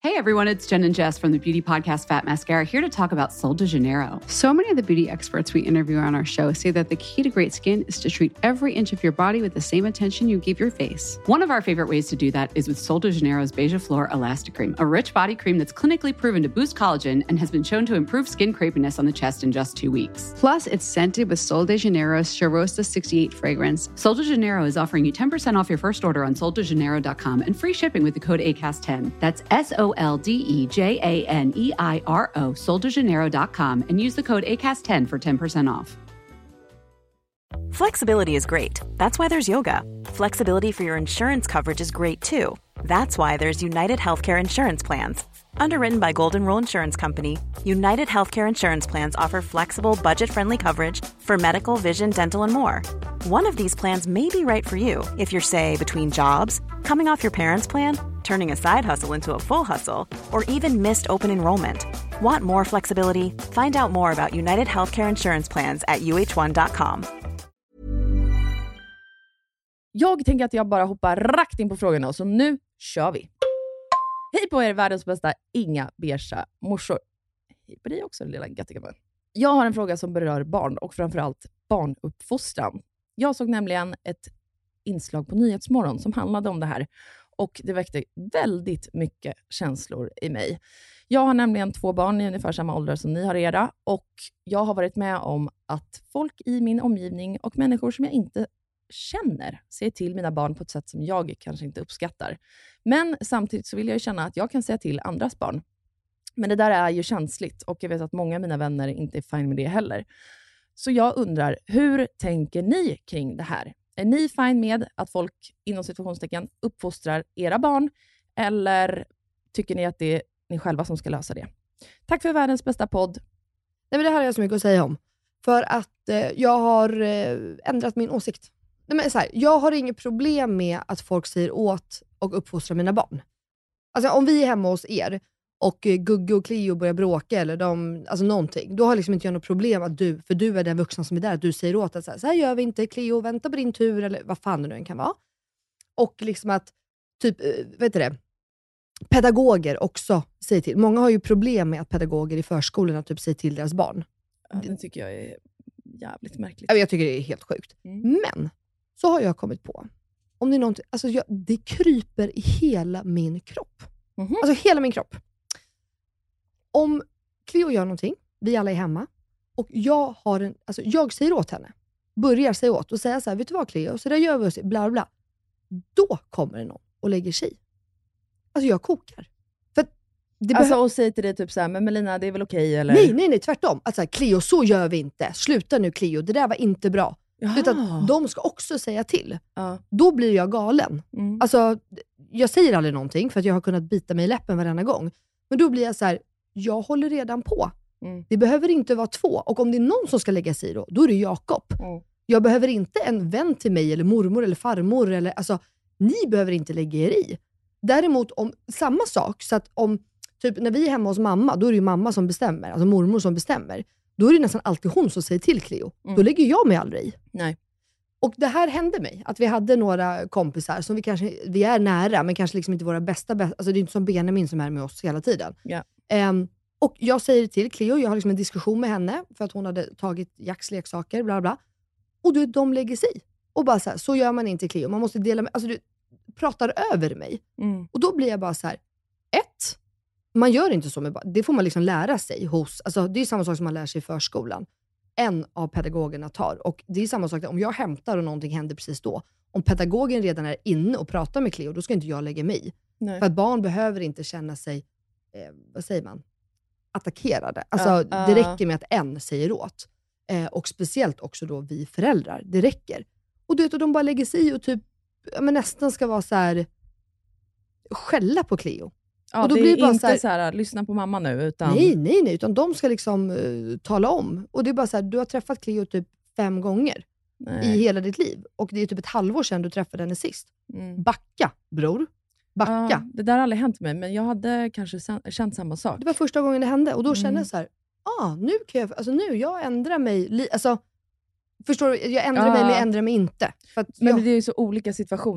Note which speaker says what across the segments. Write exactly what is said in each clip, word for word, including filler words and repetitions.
Speaker 1: Hey everyone, it's Jen and Jess from the beauty podcast Fat Mascara here to talk about Sol de Janeiro.
Speaker 2: So many of the beauty experts we interview on our show say that the key to great skin is to treat every inch of your body with the same attention you give your face.
Speaker 1: One of our favorite ways to do that is with Sol de Janeiro's Beija Flor Elastic Cream, a rich body cream that's clinically proven to boost collagen and has been shown to improve skin crepiness on the chest in just two weeks.
Speaker 2: Plus, it's scented with Sol de Janeiro's Charosta sixty-eight fragrance.
Speaker 1: Sol de Janeiro is offering you ten percent off your first order on sol de janeiro dot com and free shipping with the code A C A S T ten. That's S O L D E J A N E I R O, sol de janeiro dot com, and use the code A C A S T ten for ten percent off.
Speaker 3: Flexibility is great. That's why there's yoga. Flexibility for your insurance coverage is great too. That's why there's United Healthcare Insurance Plans. Underwritten by Golden Rule Insurance Company, United Healthcare Insurance Plans offer flexible, budget-friendly coverage for medical, vision, dental, and more. One of these plans may be right for you if you're, say, between jobs, coming off your parents' plan, turning a side hustle into a full hustle, or even missed open enrollment. Want more flexibility? Find out more about United Healthcare Insurance Plans at U H one dot com.
Speaker 4: Jag tänker att jag bara hoppar rakt in på frågorna, så nu kör vi. Hej på er, världens bästa inga beiga morsor. Hej på dig också, lilla göttigamön. Jag har en fråga som berör barn och framförallt barnuppfostran. Jag såg nämligen ett inslag på Nyhetsmorgon som handlade om det här. Och det väckte väldigt mycket känslor i mig. Jag har nämligen två barn i ungefär samma ålder som ni har era. Och jag har varit med om att folk i min omgivning och människor som jag inte känner säger till mina barn på ett sätt som jag kanske inte uppskattar. Men samtidigt så vill jag ju känna att jag kan säga till andras barn. Men det där är ju känsligt och jag vet att många av mina vänner inte är fine med det heller. Så jag undrar, hur tänker ni kring det här? Är ni fine med att folk inom situationstecken uppfostrar era barn? Eller tycker ni att det är ni själva som ska lösa det? Tack för världens bästa podd.
Speaker 5: Nej, men det här har jag så mycket att säga om. För att eh, jag har eh, ändrat min åsikt. Nej, men så här, jag har inget problem med att folk säger åt och uppfostrar mina barn. Alltså om vi är hemma hos er och eh, Gugge och Cleo börjar bråka eller de, alltså någonting, då har liksom inte jag något problem att du, för du är den vuxna som är där, att du säger åt att så här, så här gör vi inte, Cleo, vänta på din tur eller vad fan det nu än kan vara. Och liksom att typ, eh, vet du det, pedagoger också säger till. Många har ju problem med att pedagoger i förskolorna typ säger till deras barn.
Speaker 4: Ja, det tycker jag är jävligt märkligt.
Speaker 5: Jag tycker det är helt sjukt. Mm. Men så har jag kommit på, om det är någonting, alltså jag, det kryper i hela min kropp. Mm-hmm. Alltså hela min kropp. Om Cleo gör någonting, vi alla är hemma, och jag har en, alltså jag säger åt henne, börjar säga åt och säga så här, vet du vad Cleo, så där gör vi oss, bla bla. Då kommer det någon och lägger sig. Alltså jag kokar. För det
Speaker 4: alltså
Speaker 5: behö-
Speaker 4: och säger till dig typ så här, men Melina, det är väl okej eller?
Speaker 5: Nej, nej, nej, tvärtom. Alltså Cleo, så gör vi inte. Sluta nu Cleo, det där var inte bra. Utan de ska också säga till. Ja. Då blir jag galen. Mm. Alltså, jag säger aldrig någonting för att jag har kunnat bita mig i läppen varenda gång. Men då blir jag så här, jag håller redan på. Mm. Det behöver inte vara två. Och om det är någon som ska lägga sig då, då är det Jakob. Mm. Jag behöver inte en vän till mig eller mormor eller farmor. Eller, alltså, ni behöver inte lägga er i. Däremot om samma sak, så att om typ när vi är hemma hos mamma, då är det ju mamma som bestämmer. Alltså mormor som bestämmer. Då är det nästan alltid hon som säger till Cleo. Mm. Då lägger jag mig aldrig i.
Speaker 4: Nej.
Speaker 5: Och det här hände mig. Att vi hade några kompisar som vi kanske, vi är nära, men kanske liksom inte våra bästa, bästa alltså det är inte som Benjamin som är med oss hela tiden. Yeah. Um, och jag säger till Cleo, jag har liksom en diskussion med henne för att hon hade tagit Jacks leksaker, bla bla. Och då de lägger sig i. Och bara så här, så gör man inte Cleo. Man måste dela med, alltså du pratar över mig. Mm. Och då blir jag bara så här, ett, man gör inte så med barn. Det får man liksom lära sig hos, alltså det är samma sak som man lär sig i förskolan. En av pedagogerna tar. Och det är samma sak, om jag hämtar och någonting händer precis då. Om pedagogen redan är inne och pratar med Cleo, då ska inte jag lägga mig i. Nej. För att barn behöver inte känna sig, eh, vad säger man, attackerade. Alltså uh, uh. det räcker med att en säger åt. Eh, och speciellt också då vi föräldrar. Det räcker. Och du vet, och de bara lägger sig i och typ, ja, men nästan ska vara så här, skälla på Cleo.
Speaker 4: Ja,
Speaker 5: och då
Speaker 4: det
Speaker 5: blir
Speaker 4: är
Speaker 5: det bara
Speaker 4: inte
Speaker 5: så här,
Speaker 4: så här, lyssna på mamma nu. Utan...
Speaker 5: Nej, nej, nej. Utan de ska liksom uh, tala om. Och det är bara så här, du har träffat Cleo typ fem gånger nej. i hela ditt liv. Och det är typ ett halvår sedan du träffade henne sist. Mm. Backa, bror. Backa.
Speaker 4: Ja, det där har aldrig hänt mig, men jag hade kanske känt samma sak.
Speaker 5: Det var första gången det hände. Och då mm. kände jag så här, ah, nu kan jag, alltså nu, jag ändrar mig. Li- alltså, förstår du? Jag ändrar ja. mig, men jag ändrar mig inte. För att
Speaker 4: men
Speaker 5: jag...
Speaker 4: det är ju så olika situationer.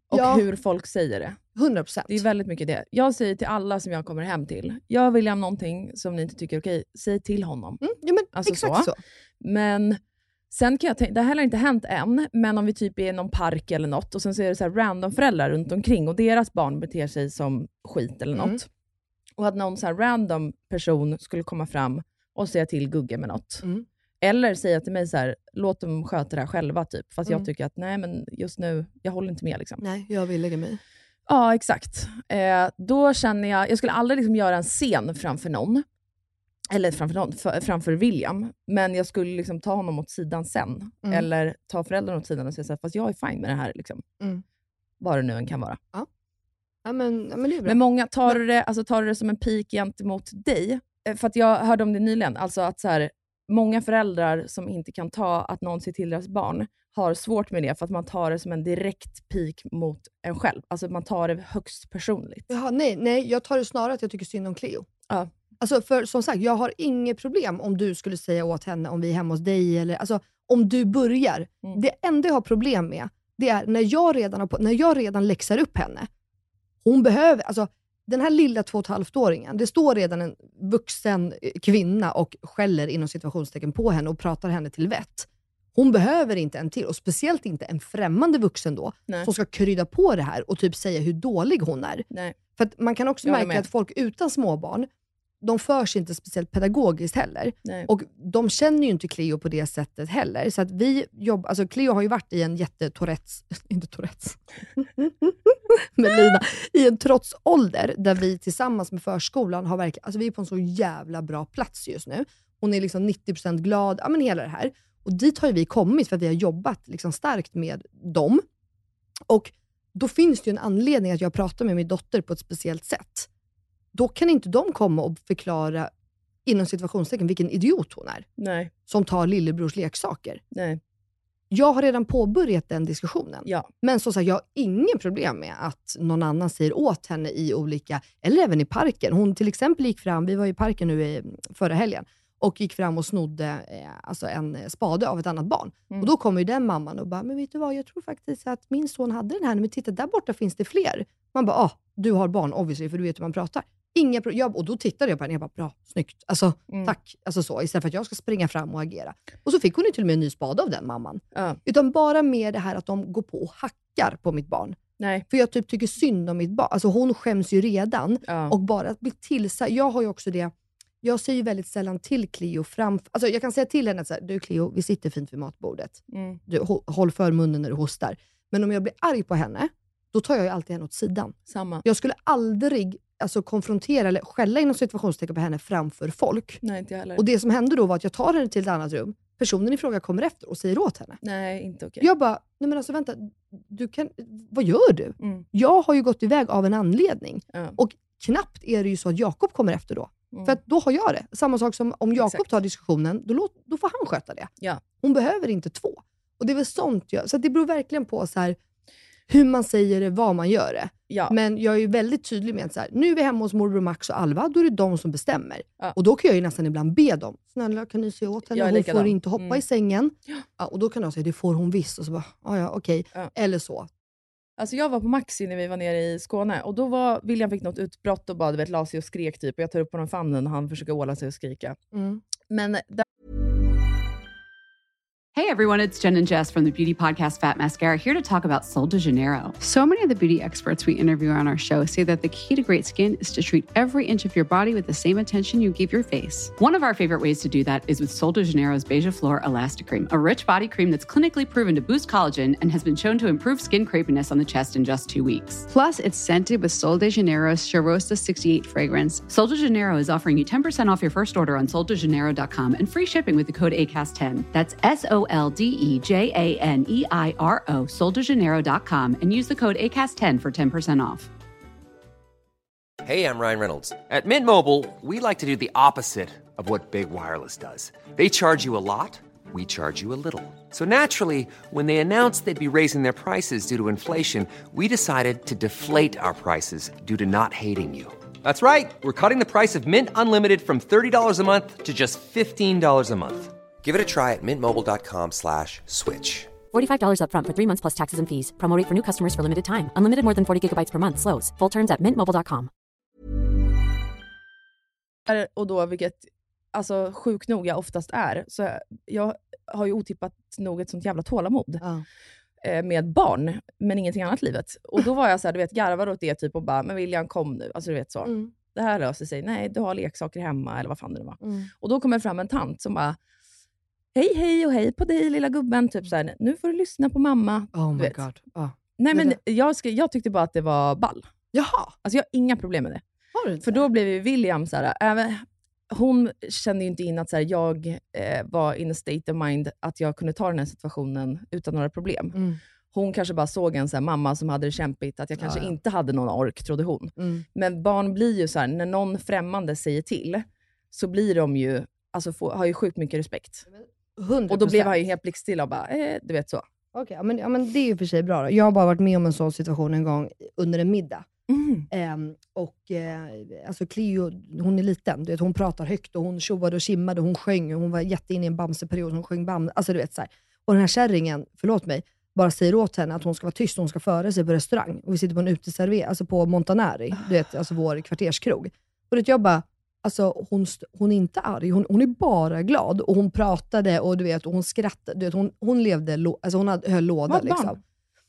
Speaker 4: Och
Speaker 5: ja.
Speaker 4: hur folk säger det.
Speaker 5: hundra procent.
Speaker 4: Det är väldigt mycket det. Jag säger till alla som jag kommer hem till. Jag vill göra någonting som ni inte tycker är okej. Säg till honom.
Speaker 5: Mm, ja, men
Speaker 4: alltså
Speaker 5: exakt så.
Speaker 4: så. Men sen kan jag tänka, det här har inte hänt än. Men om vi typ är i någon park eller något. Och sen så är det så här random föräldrar runt omkring. Och deras barn beter sig som skit eller något. Mm. Och att någon så här random person skulle komma fram och säga till Gugge med något. Mm. Eller säga till mig så här, låt dem sköta det här själva typ. Fast mm. jag tycker att nej men just nu, jag håller inte med liksom.
Speaker 5: Nej, jag vill lägga mig.
Speaker 4: Ja, exakt. Eh, då känner jag, jag skulle aldrig liksom göra en scen framför någon. Eller framför någon, för, framför William. Men jag skulle liksom ta honom åt sidan sen. Mm. Eller ta föräldrarna åt sidan och säga så här, fast jag är fine med det här liksom. Mm. Vad det nu än kan vara.
Speaker 5: Ja. Ja, men, ja, men det är bra.
Speaker 4: Men många tar det, alltså, tar det som en pik gentemot dig. För att jag hörde om det nyligen. Alltså att så här, många föräldrar som inte kan ta att någon ser till deras barn har svårt med det för att man tar det som en direkt pik mot en själv. Alltså man tar det högst personligt.
Speaker 5: Jaha, nej, nej, jag tar det snarare att jag tycker synd om Cleo.
Speaker 4: Ja.
Speaker 5: Alltså för som sagt, jag har inget problem om du skulle säga åt henne om vi är hemma hos dig. Eller, alltså om du börjar. Mm. Det enda jag har problem med, det är när jag redan, har på, när jag redan läxar upp henne. Hon behöver, alltså den här lilla två och ett halvt-åringen, det står redan en vuxen kvinna och skäller inom situationstecken på henne och pratar henne till vett. Hon behöver inte en till, och speciellt inte en främmande vuxen då, Nej. som ska krydda på det här och typ säga hur dålig hon är.
Speaker 4: Nej.
Speaker 5: För att man kan också
Speaker 4: Jag
Speaker 5: märka att folk utan småbarn, de förs inte speciellt pedagogiskt heller.
Speaker 4: Nej.
Speaker 5: Och de känner ju inte Cleo på det sättet heller. Så att vi jobbar, alltså Cleo har ju varit i en jätte-Tourettes, inte Tourettes, med Lina, i en trotsålder där vi tillsammans med förskolan har verkligen, alltså vi är på en så jävla bra plats just nu. Hon är liksom nittio procent glad, ja men hela det här. Och dit har ju vi kommit för att vi har jobbat liksom starkt med dem. Och då finns det ju en anledning att jag pratar med min dotter på ett speciellt sätt. Då kan inte de komma och förklara inom situationstecken vilken idiot hon är.
Speaker 4: Nej.
Speaker 5: Som tar lillebrors leksaker.
Speaker 4: Nej.
Speaker 5: Jag har redan påbörjat den diskussionen.
Speaker 4: Ja.
Speaker 5: Men så, så jag har ingen problem med att någon annan säger åt henne i olika, eller även i parken. Hon till exempel gick fram, vi var i parken nu i förra helgen, och gick fram och snodde eh, alltså en spade av ett annat barn. Mm. Och då kommer ju den mamman och bara, men vet du vad, jag tror faktiskt att min son hade den här. Men titta, där borta finns det fler. Man bara, ah, du har barn obviously, för du vet hur man pratar. Inga pro- jag, och då tittade jag på henne och jag bara, bra, snyggt. Alltså, mm. tack. Alltså så, istället för att jag ska springa fram och agera. Och så fick hon ju till och med en ny spade av den mamman.
Speaker 4: Ja.
Speaker 5: Utan bara med det här att de går på och hackar på mitt barn.
Speaker 4: Nej.
Speaker 5: För jag typ tycker synd om mitt barn. Alltså hon skäms ju redan.
Speaker 4: Ja.
Speaker 5: Och bara att bli tillsagd. Jag har ju också det. Jag säger ju väldigt sällan till Cleo framför. Alltså jag kan säga till henne att så här, du Cleo, vi sitter fint vid matbordet. Mm. Du, håll för munnen när du hostar. Men om jag blir arg på henne, då tar jag ju alltid henne åt sidan.
Speaker 4: Samma.
Speaker 5: Jag skulle aldrig alltså, konfrontera eller skälla inom situationstecken på henne framför folk.
Speaker 4: Nej, inte heller.
Speaker 5: Och det som hände då var att jag tar henne till ett annat rum. Personen i fråga kommer efter och säger åt henne.
Speaker 4: Nej, inte okej.
Speaker 5: Jag bara, nej men alltså vänta, du kan, vad gör du? Mm. Jag har ju gått iväg av en anledning.
Speaker 4: Ja.
Speaker 5: Och knappt är det ju så att Jakob kommer efter då. Mm. För att då har jag det. Samma sak som om Jakob tar diskussionen, då, låt, då får han sköta det.
Speaker 4: Ja.
Speaker 5: Hon behöver inte två. Och det är väl sånt jag... Så det beror verkligen på så här, hur man säger det, vad man gör det.
Speaker 4: Ja.
Speaker 5: Men jag är ju väldigt tydlig med att så här, nu är vi hemma hos morbror Max och Alva, då är det de som bestämmer.
Speaker 4: Ja.
Speaker 5: Och då kan jag ju nästan ibland be dem. Snälla, kan ni se åt henne? Hon
Speaker 4: likadan.
Speaker 5: får inte hoppa
Speaker 4: mm.
Speaker 5: i sängen. Ja, och då kan jag säga, det får hon visst. Och så bara, ja ja, okej.
Speaker 4: Ja.
Speaker 5: Eller så.
Speaker 4: Alltså jag var på Maxi när vi var nere i Skåne. Och då var William fick något utbrott och bara, du vet, la sig och skrek typ. Och jag tar upp honom famnen och han försöker åla sig och skrika.
Speaker 5: Mm.
Speaker 4: Men... Där...
Speaker 1: Hey everyone, it's Jen and Jess from the beauty podcast Fat Mascara, here to talk about Sol de Janeiro.
Speaker 2: So many of the beauty experts we interview on our show say that the key to great skin is to treat every inch of your body with the same attention you give your face.
Speaker 1: One of our favorite ways to do that is with Sol de Janeiro's Beija Flor Elastic Cream, a rich body cream that's clinically proven to boost collagen and has been shown to improve skin crepiness on the chest in just two weeks.
Speaker 2: Plus, it's scented with Sol de Janeiro's Charosta sixty-eight fragrance.
Speaker 1: Sol de Janeiro is offering you ten percent off your first order on sol de janeiro dot com and free shipping with the code A C A S T ten. That's S O L D E J A N E I R O, sol de janeiro dot com, and use the code A C A S ten for ten percent off.
Speaker 6: Hey, I'm Ryan Reynolds. At Mint Mobile, we like to do the opposite of what Big Wireless does. They charge you a lot, we charge you a little. So naturally, when they announced they'd be raising their prices due to inflation, we decided to deflate our prices due to not hating you. That's right. We're cutting the price of Mint Unlimited from thirty dollars a month to just fifteen dollars a month. Give it a try at mintmobile.com slash switch.
Speaker 7: forty-five dollars up front for three months plus taxes and fees. Promo rate for new customers for limited time. Unlimited more than forty gigabytes per month slows. Full terms at mint mobile dot com.
Speaker 4: Och då, vilket alltså sjukt nog jag oftast är, så jag har ju otippat nog ett sånt jävla tålamod
Speaker 5: Ja.
Speaker 4: eh, med barn, men ingenting annat i livet. Och då var jag så här, du vet, garvar åt det typ och bara, men William kom nu, alltså du vet så.
Speaker 5: Mm.
Speaker 4: Det här löser sig. Nej, du har leksaker hemma eller vad fan det var.
Speaker 5: Mm.
Speaker 4: Och då kommer fram en tant som bara, hej hej och hej på dig lilla gubben, typ så här, nu får du lyssna på mamma.
Speaker 5: Oh
Speaker 4: du
Speaker 5: my
Speaker 4: vet.
Speaker 5: god. Oh.
Speaker 4: Nej men
Speaker 5: Det-
Speaker 4: jag, ska, jag tyckte bara att det var ball.
Speaker 5: Jaha,
Speaker 4: Alltså jag har inga problem med det.
Speaker 5: har du inte?
Speaker 4: För då blev ju William så här, även, hon kände ju inte in att så här, jag eh, var in a state of mind att jag kunde ta den här situationen utan några problem.
Speaker 5: Mm.
Speaker 4: Hon kanske bara såg en så här, mamma som hade det kämpigt, att jag kanske
Speaker 5: Ja, ja.
Speaker 4: inte hade någon ork, trodde hon.
Speaker 5: Mm.
Speaker 4: Men barn blir ju så här, när någon främmande säger till, så blir de ju, alltså får, har ju sjukt mycket respekt.
Speaker 5: hundra
Speaker 4: Och då blev
Speaker 5: procent.
Speaker 4: han ju helt blickstilla och bara, eh, du vet så.
Speaker 5: Okej, ja, men, ja, men det är ju för sig bra då. Jag har bara varit med om en sån situation en gång under en middag.
Speaker 4: Mm.
Speaker 5: Ehm, och eh, alltså Cleo, hon är liten. Du vet, hon pratar högt och hon tjoade och kimmade och hon sjöng. Och hon var jätteinne i en bamseperiod. Hon sjöng bam. Alltså du vet så här. Och den här kärringen, förlåt mig, bara säger åt henne att hon ska vara tyst och hon ska föra sig på restaurang. Och vi sitter på en uteserver, alltså på Montanari, du vet, alltså vår kvarterskrog. Och det jag bara, alltså hon, st- hon är inte arg, hon, hon är bara glad. Och hon pratade och du vet, och hon skrattade. Du vet, hon, hon levde, lo- alltså hon hade, höll låda
Speaker 4: Vad barn?
Speaker 5: liksom.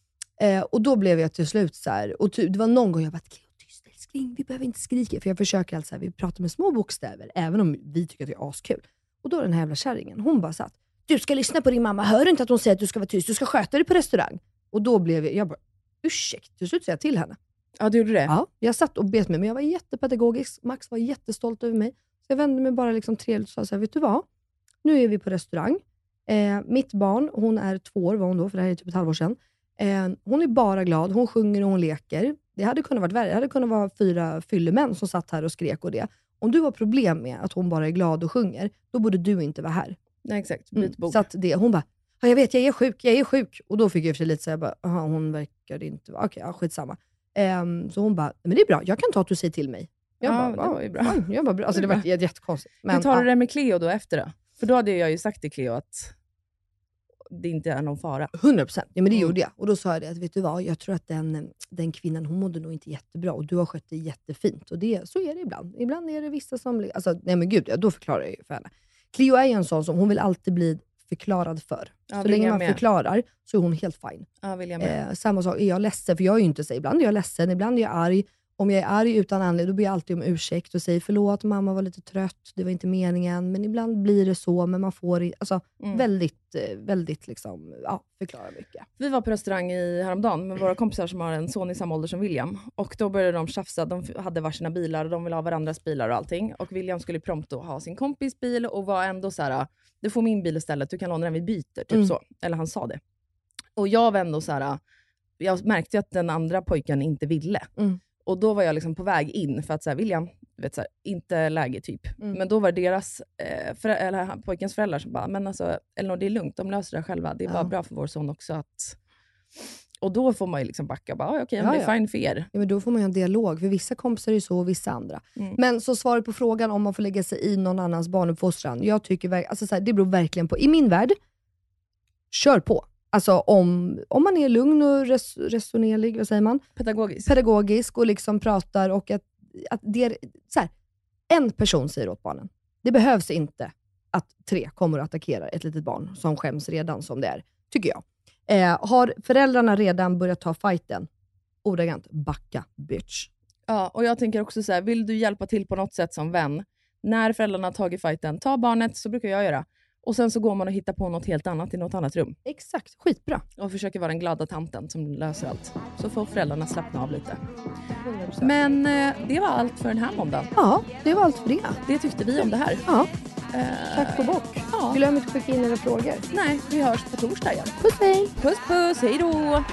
Speaker 5: Eh, och då blev jag till slut så här, och ty- det var någon gång jag bara, Cleo, tyst älskling, vi behöver inte skrika. För jag försöker alltså, vi pratar med små bokstäver, även om vi tycker att det är askul. Och då den här jävla kärringen, hon bara satt, du ska lyssna på din mamma, hör du inte att hon säger att du ska vara tyst, du ska sköta dig på restaurang. Och då blev jag, jag bara, ursäkta, till slut säger jag till henne.
Speaker 4: Ja, du gjorde det?
Speaker 5: Ja, jag satt och bet mig, men jag var jättepedagogisk. Max var jättestolt över mig. Så jag vände mig bara liksom trevligt och sa så här, vet du vad? Nu är vi på restaurang. Eh, mitt barn, hon är två år var hon då, för det här är typ ett halvår sedan. Eh, hon är bara glad, hon sjunger och hon leker. Det hade kunnat vara värre. Det hade kunnat vara fyra fyllemän som satt här och skrek och det. Om du har problem med att hon bara är glad och sjunger, då borde du inte vara här.
Speaker 4: Nej, exakt.
Speaker 5: Mm.
Speaker 4: Byt bok.
Speaker 5: Så att det, hon bara, ja, jag vet, jag är sjuk, jag är sjuk. Och då fick jag för sig lite så jag bara, aha, hon verkar inte vara, okej, ja, skitsamma. Um, så hon bara, men det är bra, jag kan ta att du säger till mig. Jag
Speaker 4: Ja,
Speaker 5: bara,
Speaker 4: det
Speaker 5: "Ja,
Speaker 4: var ju bra."
Speaker 5: fine." Jag bara, bra. Alltså det var jättekonstigt. Men,
Speaker 4: Hur tar du
Speaker 5: ja,
Speaker 4: det med Cleo då efter då? För då hade jag ju sagt till Cleo att det inte är någon fara.
Speaker 5: hundra procent. Ja, men det
Speaker 4: Mm.
Speaker 5: gjorde jag. Och då sa jag det, att vet du vad, jag tror att den, den kvinnan, hon mådde nog inte jättebra. Och du har skött det jättefint. Och det, så är det ibland. Ibland är det vissa som, alltså nej men gud, ja, då förklarar jag ju för henne. Cleo är ju en sån som, hon vill alltid bli förklarad för.
Speaker 4: Ja,
Speaker 5: så länge
Speaker 4: William
Speaker 5: man
Speaker 4: med.
Speaker 5: förklarar så är hon helt fine.
Speaker 4: Ja, vill jag med.
Speaker 5: Eh, samma sak, är jag ledsen? För jag är ju inte så, ibland är jag ledsen, ibland är jag arg. Om jag är arg utan anledning, då ber jag alltid om ursäkt och säger förlåt, mamma var lite trött, det var inte meningen. Men ibland blir det så, men man får i- alltså,
Speaker 4: Mm.
Speaker 5: väldigt, eh, väldigt liksom, ja, förklara mycket.
Speaker 4: Vi var på restaurang i häromdagen med våra kompisar som har en son i samma ålder som William. Och då började de tjafsa. De f- hade varsina bilar och de ville ha varandras bilar och allting. Och William skulle prompt då ha sin kompis bil och var ändå så här: du får min bil istället, du kan låna den, vi byter. Typ
Speaker 5: Mm.
Speaker 4: så. Eller han sa det. Och jag var ändå så här, jag märkte ju att den andra pojken inte ville.
Speaker 5: Mm.
Speaker 4: Och då var jag liksom på väg in för att säga William, du vet, så här, inte läge typ.
Speaker 5: Mm.
Speaker 4: Men då var det deras, eh, förä- eller han- pojkens föräldrar som bara, men alltså Elinor, det är lugnt, de löser det själva. Det är
Speaker 5: Ja.
Speaker 4: bara bra för vår son också att... Och då får man ju liksom backa, bara, "Ah, okej,
Speaker 5: Ja,
Speaker 4: men det är
Speaker 5: ja.
Speaker 4: fine för er."
Speaker 5: Ja, men då får man ju en dialog, för vissa kompisar är ju så och vissa andra.
Speaker 4: Mm.
Speaker 5: Men så svaret på frågan om man får lägga sig i någon annans barnuppfostran. Jag tycker verk- alltså, så här, det beror verkligen på. I min värld, kör på. Alltså om, om man är lugn och res- resonerlig, vad säger man?
Speaker 4: Pedagogiskt.
Speaker 5: Pedagogisk och liksom pratar och att, att det är, så här, en person säger åt barnen. Det behövs inte att tre kommer att attackera ett litet barn som skäms redan som det är, tycker jag. Eh, har föräldrarna redan börjat ta fighten, ordagrant, backa bitch.
Speaker 4: Ja, och jag tänker också så här, vill du hjälpa till på något sätt som vän, när föräldrarna har tagit fighten, ta barnet, så brukar jag göra. Och sen så går man och hittar på något helt annat i något annat rum.
Speaker 5: Exakt, skitbra.
Speaker 4: Och försöker vara den glada tanten som löser allt. Så får föräldrarna slappna av lite.
Speaker 5: hundra procent.
Speaker 4: Men eh, det var allt för den här måndagen.
Speaker 5: Ja, det var allt för det.
Speaker 4: Det tyckte vi om det här.
Speaker 5: Ja,
Speaker 4: Eh,
Speaker 5: tack och bock.
Speaker 4: Ja.
Speaker 5: Glöm inte att skicka in era frågor.
Speaker 4: Nej, vi hörs på torsdag igen.
Speaker 5: Puss hej!
Speaker 4: Puss puss, hej då!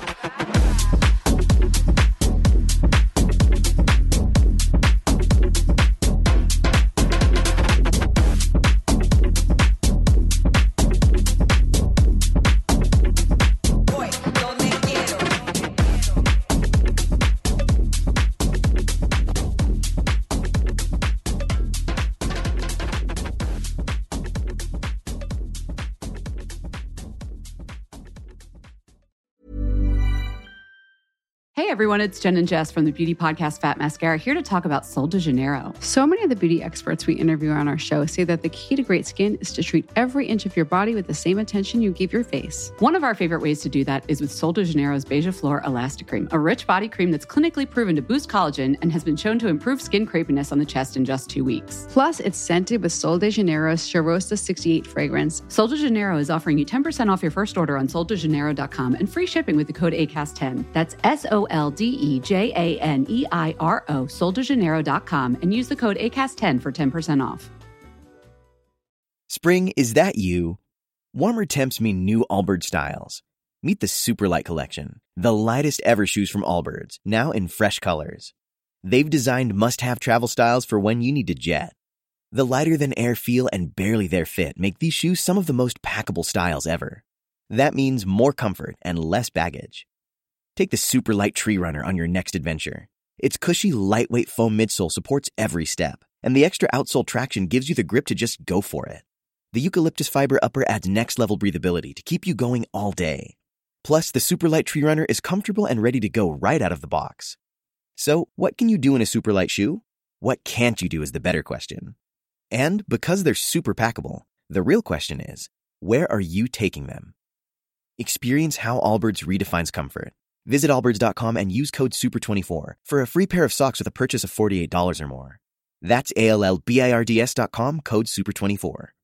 Speaker 1: Hey everyone, it's Jen and Jess from the beauty podcast Fat Mascara here to talk about Sol de Janeiro.
Speaker 2: So many of the beauty experts we interview on our show say that the key to great skin is to treat every inch of your body with the same attention you give your face.
Speaker 1: One of our favorite ways to do that is with Sol de Janeiro's Beija Flor Elastic Cream, a rich body cream that's clinically proven to boost collagen and has been shown to improve skin crepiness on the chest in just two weeks.
Speaker 2: Plus, it's scented with Sol de Janeiro's Charosta sixty-eight fragrance.
Speaker 1: Sol de Janeiro is offering you ten percent off your first order on sol de janeiro dot com and free shipping with the code A C A S T ten. That's S O L D E J A N E I R O, sol de janeiro dot com, and use the code A C A S ten for ten percent off.
Speaker 8: Spring, is that you? Warmer temps mean new Allbirds styles. Meet the Superlight Collection, the lightest ever shoes from Allbirds, now in fresh colors. They've designed must-have travel styles for when you need to jet. The lighter-than-air feel and barely-there fit make these shoes some of the most packable styles ever. That means more comfort and less baggage. Take the Superlight Tree Runner on your next adventure. Its cushy, lightweight foam midsole supports every step, and the extra outsole traction gives you the grip to just go for it. The eucalyptus fiber upper adds next-level breathability to keep you going all day. Plus, the Superlight Tree Runner is comfortable and ready to go right out of the box. So, what can you do in a Superlight shoe? What can't you do is the better question. And because they're super packable, the real question is, where are you taking them? Experience how Allbirds redefines comfort. Visit allbirds dot com and use code super twenty-four for a free pair of socks with a purchase of forty-eight dollars or more. That's A L L B I R D S dot com, code super twenty-four.